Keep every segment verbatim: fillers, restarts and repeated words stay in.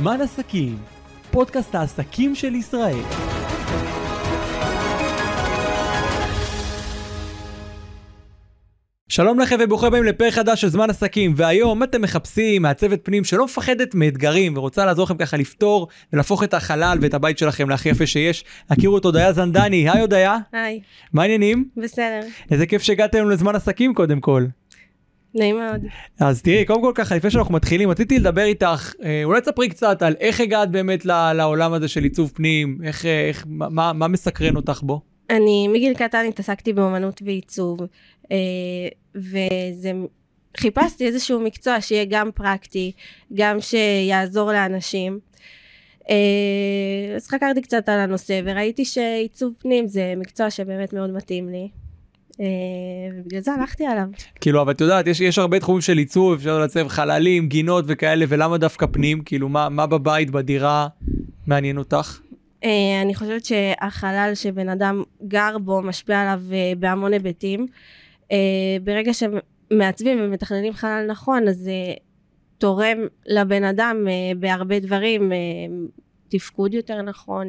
זמן עסקים, פודקאסט העסקים של ישראל. שלום לכם וברוכים הבאים לפרק חדש של זמן עסקים, והיום אתם מחפשים מעצבת פנים שלא מפחדת מאתגרים ורוצה לעזור לכם ככה לפתור ולהפוך את החלל ואת הבית שלכם להכי יפה שיש. הכירו את הודיה זנדני. היי הודיה. היי. מה העניינים? בסדר. איזה כיף שהגעתם לזמן עסקים קודם כל. נעים מאוד. אז תראי, קודם כל ככה, לפני שאנחנו מתחילים, רציתי לדבר איתך, אולי תספרי קצת על איך הגעת באמת לעולם הזה של עיצוב פנים, איך, איך, מה, מה מסקרן אותך בו? אני מגיל קטן התעסקתי באמנות ועיצוב, וזה, חיפשתי איזשהו מקצוע שיהיה גם פרקטי, גם שיעזור לאנשים. אז חקרתי קצת על הנושא, וראיתי שעיצוב פנים זה מקצוע שבאמת מאוד מתאים לי. ובגלל זה הלכתי עליו. כאילו, אבל את יודעת, יש, יש הרבה תחומים של עיצוב, אפשר לעצב חללים, גינות וכאלה, ולמה דווקא פנים? כאילו, מה, מה בבית, בדירה, מעניין אותך? אני חושבת שהחלל שבן אדם גר בו משפיע עליו בהמון היבטים. ברגע שמעצבים ומתכננים חלל נכון, אז זה תורם לבן אדם בהרבה דברים, תפקוד יותר נכון,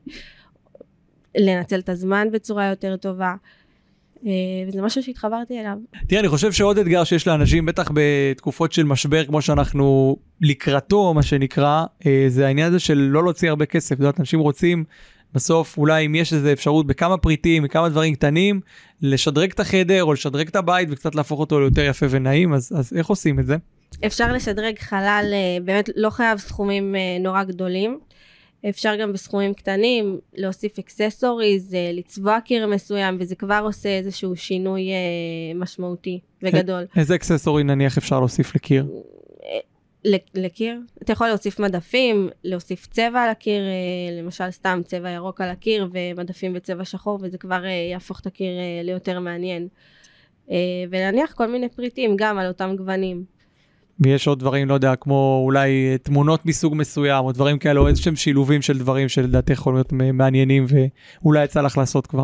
לנצל את הזמן בצורה יותר טובה. וזה משהו שהתחברתי אליו. תראה, אני חושב שעוד אתגר שיש לאנשים, בטח בתקופות של משבר, כמו שאנחנו לקראתו, מה שנקרא, זה העניין הזה של לא להוציא הרבה כסף. זאת אומרת, אנשים רוצים בסוף, אולי אם יש איזו אפשרות בכמה פריטים, בכמה דברים קטנים, לשדרג את החדר או לשדרג את הבית וקצת להפוך אותו ליותר יפה ונעים. אז, אז איך עושים את זה? אפשר לשדרג חלל, באמת לא חייב סכומים נורא גדולים. אפשר גם בסכומים קטנים להוסיף אקססוריז, לצבוע קיר מסוים, וזה כבר עושה איזשהו שינוי משמעותי וגדול. איזה אקססורי נניח אפשר להוסיף לקיר? לקיר? אתה יכול להוסיף מדפים, להוסיף צבע על הקיר, למשל סתם צבע ירוק על הקיר, ומדפים בצבע שחור, וזה כבר יהפוך את הקיר ליותר מעניין. ולהניח כל מיני פריטים גם על אותם גוונים. ויש עוד דברים, לא יודע, כמו אולי תמונות מסוג מסוים, או דברים כאלה, או איזשהם שילובים של דברים שלדעתך יכולים להיות מעניינים, ואולי יצא לך לעשות כבר.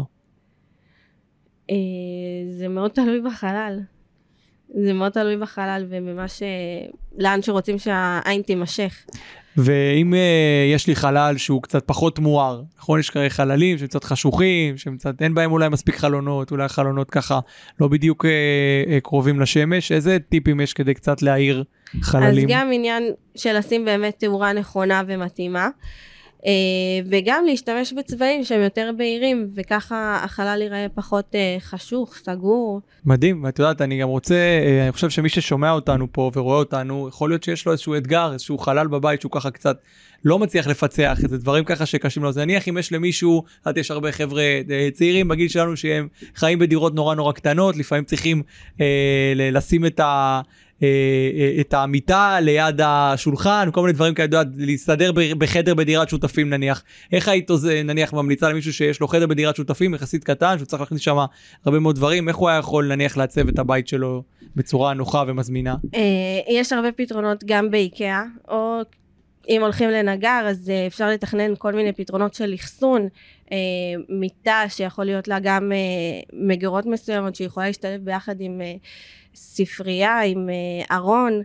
זה מאוד תלוי בחלל. זה מאוד תלוי בחלל, וממש לאן שרוצים שהעין תימשך. ואם יש לי חלל שהוא קצת פחות מואר, נכון, יש כאלה חללים שהם קצת חשוכים, שהם קצת, אין בהם אולי מספיק חלונות, אולי חלונות ככה לא בדיוק קרובים לשמש, איזה טיפים יש כדי קצת להאיר חללים? אז גם עניין של לשים באמת תאורה נכונה ומתאימה, וגם להשתמש בצבעים שהם יותר בהירים, וככה החלל ייראה פחות חשוך, סגור. מדהים, ואת יודעת, אני גם רוצה, אני חושב שמי ששומע אותנו פה ורואה אותנו, יכול להיות שיש לו איזשהו אתגר, איזשהו חלל בבית שהוא ככה קצת לא מצליח לפצח, איזה דברים ככה שקשים לו. זה נניח אם יש למישהו, עד יש הרבה חבר'ה צעירים בגיל שלנו שהם חיים בדירות נורא נורא קטנות, לפעמים צריכים אה, לשים את ה... את המיטה ליד השולחן, כל מיני דברים כאלה, להסתדר בחדר בדירת שותפים נניח. איך היית נניח ממליצה למישהו שיש לו חדר בדירת שותפים, יחסית קטן, שהוא צריך להכניס שם הרבה מאוד דברים, איך הוא היה יכול נניח לעצב את הבית שלו בצורה נוחה ומזמינה? יש הרבה פתרונות גם באיקאה, או אם הולכים לנגר, אז אפשר לתכנן כל מיני פתרונות של לחסון, מיטה שיכול להיות לה גם מגירות מסוימות, שיכולה להשתלב ביחד עם ספרייה, עם ארון,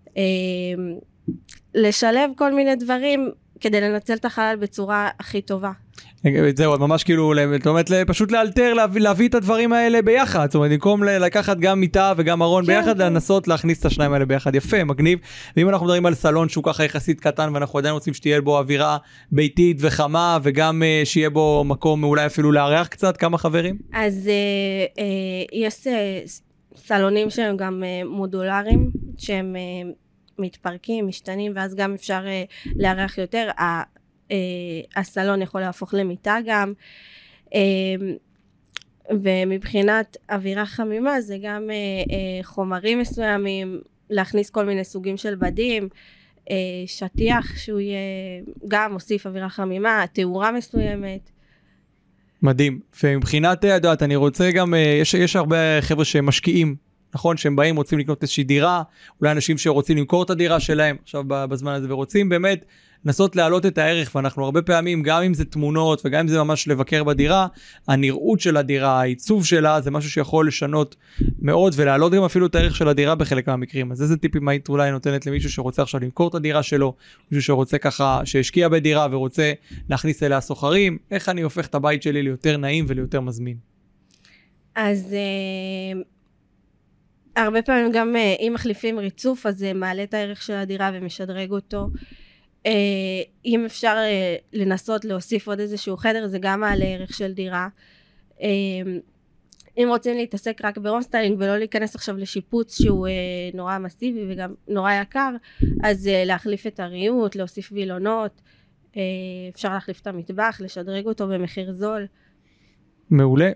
לשלב כל מיני דברים כדי לנצל את החלל בצורה הכי טובה. זהו, ממש כאילו, זאת אומרת, פשוט לאלתר, להביא, להביא את הדברים האלה ביחד, זאת אומרת, במקום לקחת גם מיטה וגם ארון ביחד, לנסות להכניס את השניים האלה ביחד, יפה, מגניב. ואם אנחנו מדברים על סלון שהוא ככה יחסית קטן, ואנחנו עדיין רוצים שתהיה בו אווירה ביתית וחמה, וגם שיהיה בו מקום אולי אפילו לארח קצת, כמה חברים? אז יש סלונים שהם גם מודולריים, שהם מתפרקים, משתנים, ואז גם אפשר לארח יותר. הסלון יכול להפוך למיטה גם, ומבחינת אווירה חמימה זה גם חומרים מסוימים, להכניס כל מיני סוגים של בדים, שטיח שהוא יהיה גם מוסיף אווירה חמימה, תאורה מסוימת. מדהים. ומבחינת, יודעת, אני רוצה גם, יש, יש הרבה חבר'ה שמשקיעים, נכון? שהם באים, רוצים לקנות איזושהי דירה, אולי אנשים שרוצים למכור את הדירה שלהם, עכשיו בזמן הזה, ורוצים באמת לנסות להעלות את הערך, ואנחנו הרבה פעמים, גם אם זה תמונות, וגם אם זה ממש לבקר בדירה, הנראות של הדירה, העיצוב שלה, זה משהו שיכול לשנות מאוד, ולהעלות גם אפילו את הערך של הדירה בחלק מהמקרים. אז איזה טיפים היית אולי נותנת למישהו שרוצה עכשיו למכור את הדירה שלו, מישהו שרוצה ככה, שהשקיע בדירה ורוצה להכניס אליה סוחרים, איך אני הופך את הבית שלי ליותר נעים וליותר מזמין? אז הרבה פעמים גם אם מחליפים ריצוף, אז זה מעלה את הערך של הדירה ומשדרג אותו. אם אפשר לנסות להוסיף עוד איזשהו חדר, זה גם מעלה ערך של דירה. אם רוצים להתעסק רק ברום סטיילינג ולא להיכנס עכשיו לשיפוץ שהוא נורא מסיבי וגם נורא יקר, אז להחליף את הריהוט, להוסיף וילונות, אפשר להחליף את המטבח, לשדרג אותו במחיר זול. מעולה,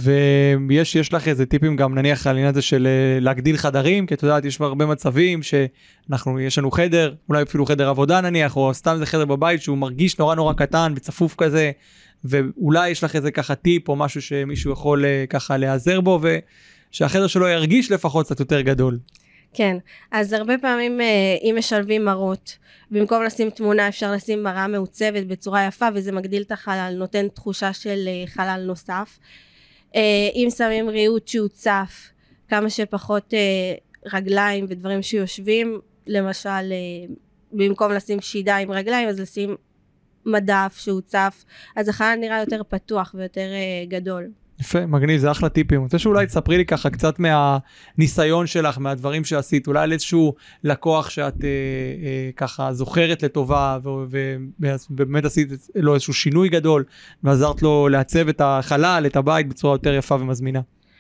ויש יש לך איזה טיפים גם נניח על העניין הזה של להגדיל חדרים, כי את יודעת יש הרבה מצבים שאנחנו, יש לנו חדר, אולי אפילו חדר עבודה נניח, או סתם זה חדר בבית שהוא מרגיש נורא נורא קטן וצפוף כזה, ואולי יש לך איזה ככה טיפ או משהו שמישהו יכול ככה להיעזר בו, ושהחדר שלו ירגיש לפחות קצת יותר גדול. כן, אז הרבה פעמים אם משלבים מרות, במקום לשים תמונה אפשר לשים מראה מעוצבת בצורה יפה, וזה מגדיל את החלל, נותן תחושה של חלל נוסף. אם שמים ריהוט שהוא צף, כמה שפחות רגליים ודברים שיושבים, למשל במקום לשים שידה עם רגליים, אז לשים מדף שהוא צף, אז החלל נראה יותר פתוח ויותר גדול. יפה, מגניב, זה אחלה טיפים. אני רוצה שאולי תספרי לי ככה קצת מהניסיון שלך, מהדברים שעשית, אולי על איזשהו לקוח שאת אה, אה, ככה זוכרת לטובה, ובאמת עשית לו איזשהו שינוי גדול, ועזרת לו לעצב את החלל, את הבית בצורה יותר יפה ומזמינה.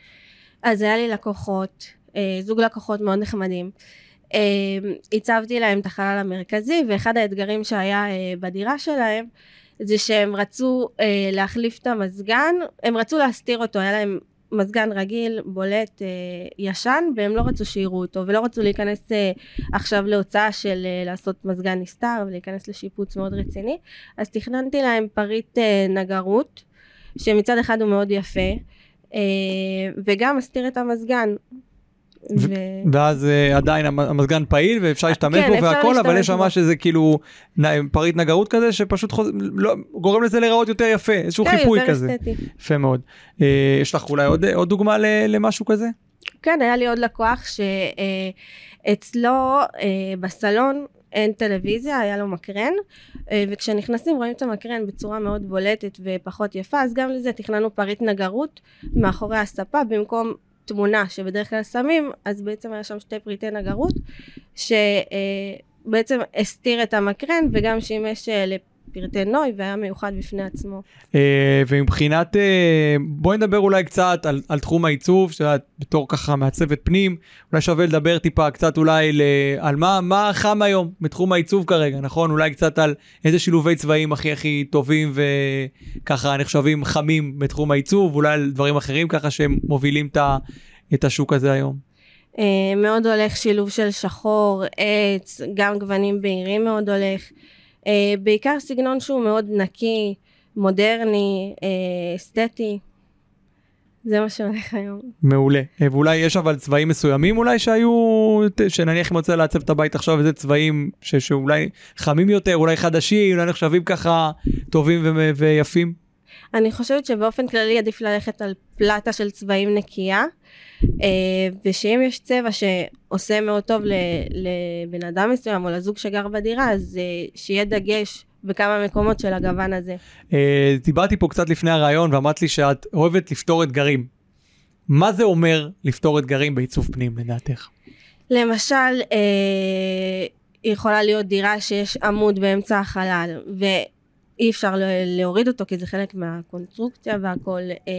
אז היה לי לקוחות, אה, זוג לקוחות מאוד נחמדים. אה, הצבתי להם את החלל המרכזי, ואחד האתגרים שהיה אה, בדירה שלהם, זה שהם רצו אה, להחליף את המזגן, הם רצו להסתיר אותו, היה להם מזגן רגיל, בולט, אה, ישן, והם לא רצו שיראו אותו, ולא רצו להיכנס אה, עכשיו להוצאה של אה, לעשות מזגן נסתר, ולהיכנס לשיפוץ מאוד רציני, אז תכננתי להם פריט אה, נגרות, שמצד אחד הוא מאוד יפה, אה, וגם מסתיר את המזגן. ו... ואז uh, עדיין המזגן פעיל ואפשר להשתמש כן, בו והכל, אבל יש ממש איזה כאילו פריט נגרות כזה שפשוט חוז... לא, גורם לזה להיראות יותר יפה, איזשהו כן, חיפוי כזה. אסתטי. יפה מאוד. Uh, יש לך אולי עוד, עוד דוגמה ל, למשהו כזה? כן, היה לי עוד לקוח שאצלו uh, uh, בסלון אין טלוויזיה, היה לו מקרן, uh, וכשנכנסים רואים את המקרן בצורה מאוד בולטת ופחות יפה, אז גם לזה תכננו פריט נגרות מאחורי הספה, במקום תמונה שבדרך כלל שמים, אז בעצם היה שם שתי פריטי נגרות, שבעצם הסתיר את המקרן, וגם שימש לפרטי נוי, והיה מיוחד בפני עצמו. ומבחינת, בואי נדבר אולי קצת על, על תחום העיצוב, שאת בתור ככה מעצבת פנים, אולי שווה לדבר טיפה קצת אולי על מה, מה חם היום בתחום העיצוב כרגע, נכון? אולי קצת על איזה שילובי צבעים הכי הכי טובים, וככה נחשבים חמים בתחום העיצוב, אולי על דברים אחרים ככה שהם מובילים את, את השוק הזה היום. מאוד הולך שילוב של שחור, עץ, גם גוונים בהירים מאוד הולך, בעיקר סגנון שהוא מאוד נקי, מודרני, אסתטי, זה מה שהולך היום. מעולה. ואולי יש אבל צבעים מסוימים אולי שהיו, שנניח אם רוצה לעצב את הבית עכשיו, איזה צבעים ש- שאולי חמים יותר, אולי חדשים, אולי נחשבים ככה טובים ו- ויפים? אני חושבת שבאופן כללי עדיף ללכת על פלטה של צבעים נקייה, ושאם יש צבע שעושה מאוד טוב לבן אדם מסוים או לזוג שגר בדירה, אז שיהיה דגש בכמה מקומות של הגוון הזה. דיברתי פה קצת לפני הרעיון ואמרת לי שאת אוהבת לפתור אתגרים. מה זה אומר לפתור אתגרים בעיצוב פנים לדעתך? למשל, יכולה להיות דירה שיש עמוד באמצע החלל, ואי אפשר להוריד אותו כי זה חלק מהקונסטרוקציה והכל,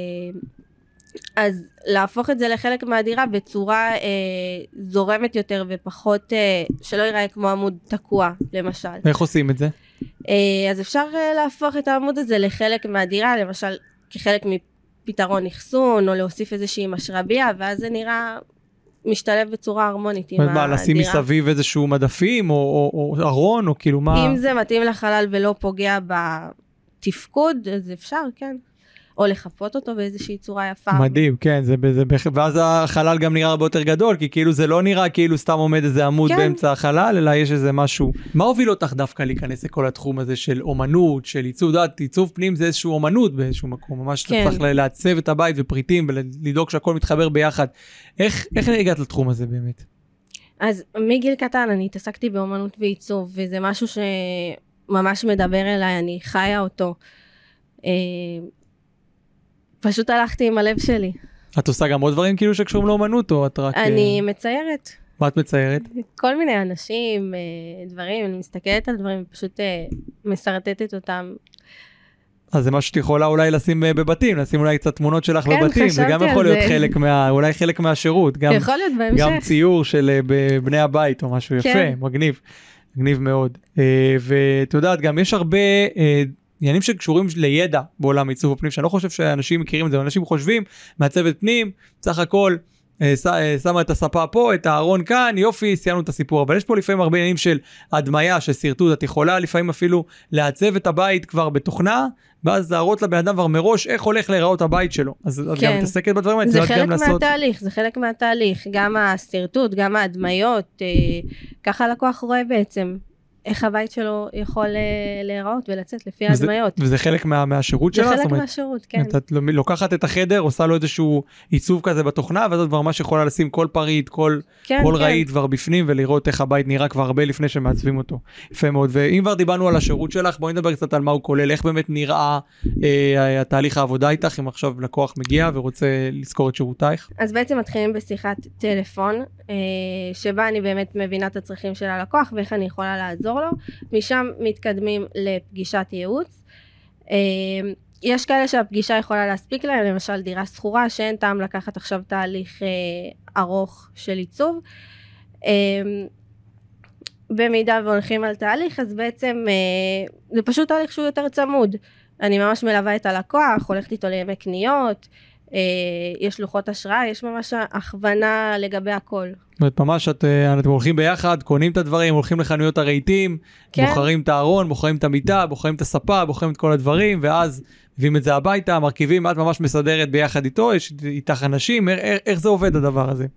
אז להפוך את זה לחלק מהדירה בצורה אה, זורמת יותר ופחות, אה, שלא ייראה כמו עמוד תקוע, למשל. איך עושים את זה? אה, אז אפשר אה, להפוך את העמוד הזה לחלק מהדירה, למשל כחלק מפתרון אחסון, או להוסיף איזושהי משרביה, ואז זה נראה משתלב בצורה הרמונית עם מה, הדירה. לשים מסביב איזשהו מדפים, או, או, או ארון, או כאילו מה? אם זה מתאים לחלל ולא פוגע בתפקוד, אז אפשר, כן. או לחפות אותו באיזושהי צורה יפה. מדהים, כן, זה, זה, ואז החלל גם נראה הרבה יותר גדול, כי כאילו זה לא נראה כאילו סתם עומד איזה עמוד כן. באמצע החלל, אלא יש איזה משהו. מה הוביל אותך דווקא להיכנס לכל התחום הזה של אומנות, של עיצוב, דעת, עיצוב פנים זה איזשהו אומנות באיזשהו מקום, ממש כן. צריך לעצב את הבית ופריטים ולדאוג שהכל מתחבר ביחד. איך, איך הגעת לתחום הזה באמת? אז מגיל קטן אני התעסקתי באומנות ועיצוב, וזה משהו שממש מדבר אליי, אני חיה אותו. פשוט הלכתי עם הלב שלי. את עושה גם עוד דברים כאילו שקשורים לאומנות, או את רק... אני מציירת. מה את מציירת? כל מיני אנשים, דברים, אני מסתכלת על דברים, פשוט מסרטטת אותם. אז זה משהו שתיכולה אולי לשים בבתים, לשים אולי קצת תמונות שלך כן, בבתים, זה גם יכול להיות חלק מה, אולי חלק מהשירות, גם, יכול להיות בהמשך. גם ציור של בני הבית או משהו יפה, כן. מגניב, מגניב מאוד. ואת יודעת, גם יש הרבה עניינים שקשורים לידע בעולם עיצוב הפנים, שאני לא חושב שאנשים מכירים את זה, אנשים חושבים, מעצבת פנים, סך הכל, שמה את הספה פה, את הארון כאן, יופי, סיימנו את הסיפור, אבל יש פה לפעמים הרבה עניינים של הדמיה, של סרטוט, את יכולה לפעמים אפילו לעצב את הבית כבר בתוכנה, ואז להראות לבן אדם כבר מראש איך הולך להיראות הבית שלו. אז את גם מתעסקת בדברים האלה. זה חלק מהתהליך, זה חלק מהתהליך, גם הסרטוט, גם ההדמיות, ככה הלקוח רואה בעצם. איך הבית שלו יכול להיראות ולצאת לפי ההדמיות. וזה חלק מהשירות שלה? זה חלק מהשירות, כן. את לוקחת את החדר, עושה לו איזשהו עיצוב כזה בתוכנה, ואז את כבר ממש יכולה לשים כל פריט, כל רהיט כבר בפנים, ולראות איך הבית נראה כבר הרבה לפני שמעצבים אותו. יפה מאוד. ואם כבר דיברנו על השירות שלך, בואי נדבר קצת על מה הוא כולל, איך באמת נראה התהליך העבודה איתך, אם עכשיו לקוח מגיע ורוצה לזכור את שירותייך. אז בעצם מתחילים בשיחת טלפון, שבה אני באמת מבינה את הצרכים של הלקוח, ואיך אני יכולה לעזור לו. משם מתקדמים לפגישת ייעוץ. יש כאלה שהפגישה יכולה להספיק להם, למשל דירה סחורה, שאין טעם לקחת עכשיו תהליך ארוך של עיצוב. במידה והולכים על תהליך, אז בעצם זה פשוט תהליך שהוא יותר צמוד. אני ממש מלווה את הלקוח, הולכת איתו לימי קניות, יש לוחות השראה, יש ממש הכוונה לגבי הכל. זאת אומרת, ממש את, אתם הולכים ביחד, קונים את הדברים, הולכים לחנויות הרהיטים, כן. בוחרים את הארון, בוחרים את המיטה, בוחרים את הספה, בוחרים את כל הדברים, ואז מביאים את זה הביתה, מרכיבים, את ממש מסדרת ביחד איתו, יש איתך אנשים, איך, איך זה עובד הדבר הזה?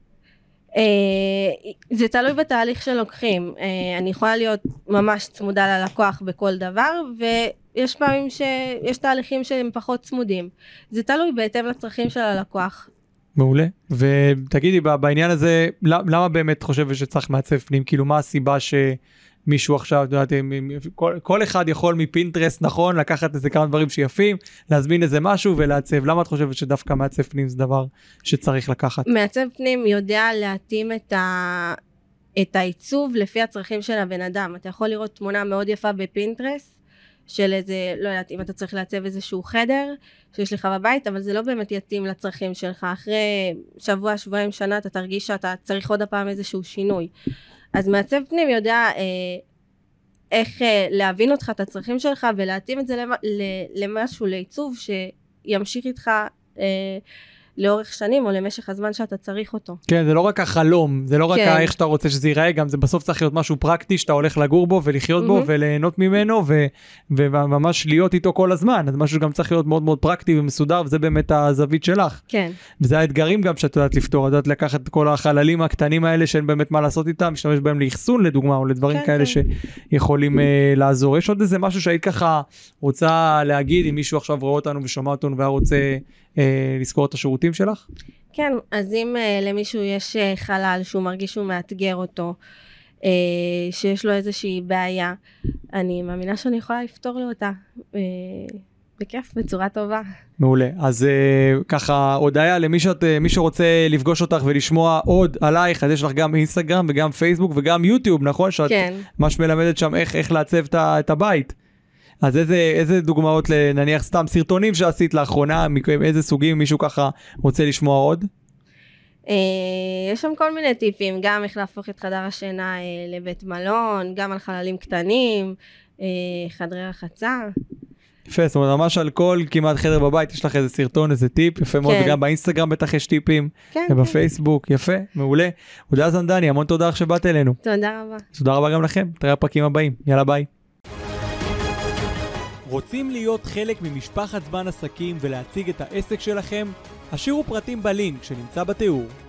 זה תלוי בתהליך שלוקחים, אני יכולה להיות ממש צמודה ללקוח בכל דבר, ויש פעמים שיש תהליכים שהם פחות צמודים, זה תלוי בהתאם לצרכים של הלקוח. מעולה, ותגידי בעניין הזה, למה באמת חושבת שצריך מעצב פנים, כאילו מה הסיבה שמישהו עכשיו, כל, כל אחד יכול מפינטרסט נכון, לקחת איזה כמה דברים שיפים, להזמין איזה משהו ולעצב, למה את חושבת שדווקא מעצב פנים זה דבר שצריך לקחת? מעצב פנים יודע להתאים את ה... את העיצוב לפי הצרכים של הבן אדם, אתה יכול לראות תמונה מאוד יפה בפינטרסט, של איזה, לא יודעת, אם אתה צריך לעצב איזשהו חדר שיש לך בבית, אבל זה לא באמת יתאים לצרכים שלך. אחרי שבוע, שבועיים, שנה, אתה תרגיש שאתה צריך עוד הפעם איזשהו שינוי. אז מעצב פנים יודע אה, איך אה, להבין אותך, את הצרכים שלך, ולהתאים את זה למ, למשהו, לעיצוב שימשיך איתך אה, לאורך שנים, או למשך הזמן שאתה צריך אותו. כן, זה לא רק החלום, זה לא רק כן. איך שאתה רוצה שזה ייראה, גם זה בסוף צריך להיות משהו פרקטי, שאתה הולך לגור בו, ולחיות mm-hmm. בו, וליהנות ממנו, ו- וממש להיות איתו כל הזמן, אז משהו גם צריך להיות מאוד מאוד פרקטי ומסודר, וזה באמת הזווית שלך. כן. וזה האתגרים גם שאת יודעת לפתור, את יודעת לקחת את כל החללים הקטנים האלה, שאין באמת מה לעשות איתם, משתמש בהם לאחסון לדוגמה, או לדברים כן, כאלה כן. שיכולים uh, לעזור. יש עוד איזה משהו שהיית ככה רוצה להגיד, אם מישהו עכשיו רואה אותנו ושומע אותנו, והיה רוצה לזכור את השירותים שלך? כן, אז אם uh, למישהו יש uh, חלל שהוא מרגיש שהוא מאתגר אותו, uh, שיש לו איזושהי בעיה, אני מאמינה שאני יכולה לפתור לו אותה uh, בכיף, בצורה טובה. מעולה. אז uh, ככה הודעה למי שאת, uh, מי שרוצה לפגוש אותך ולשמוע עוד עלייך, אז יש לך גם אינסטגרם וגם פייסבוק וגם יוטיוב, נכון? שאת כן. ממש מלמדת שם איך, איך לעצב את, את הבית. אז איזה, איזה דוגמאות, נניח סתם סרטונים שעשית לאחרונה, איזה סוגים מישהו ככה רוצה לשמוע עוד? יש שם כל מיני טיפים, גם איך להפוך את חדר השינה לבית מלון, גם על חללים קטנים, חדרי רחצה. יפה, זאת אומרת, ממש על כל כמעט חדר בבית, יש לך איזה סרטון, איזה טיפ, יפה מאוד, וגם באינסטגרם בטח יש טיפים, ובפייסבוק, יפה, מעולה. הודעה זנדני, המון תודה שבאת אלינו. תודה רבה. תודה רבה גם לכם, תראה הפרקים הבאים, יאללה ביי. רוצים להיות חלק ממשפחת זמן עסקים ולהציג את העסק שלכם? השאירו פרטים בלינק שנמצא בתיאור.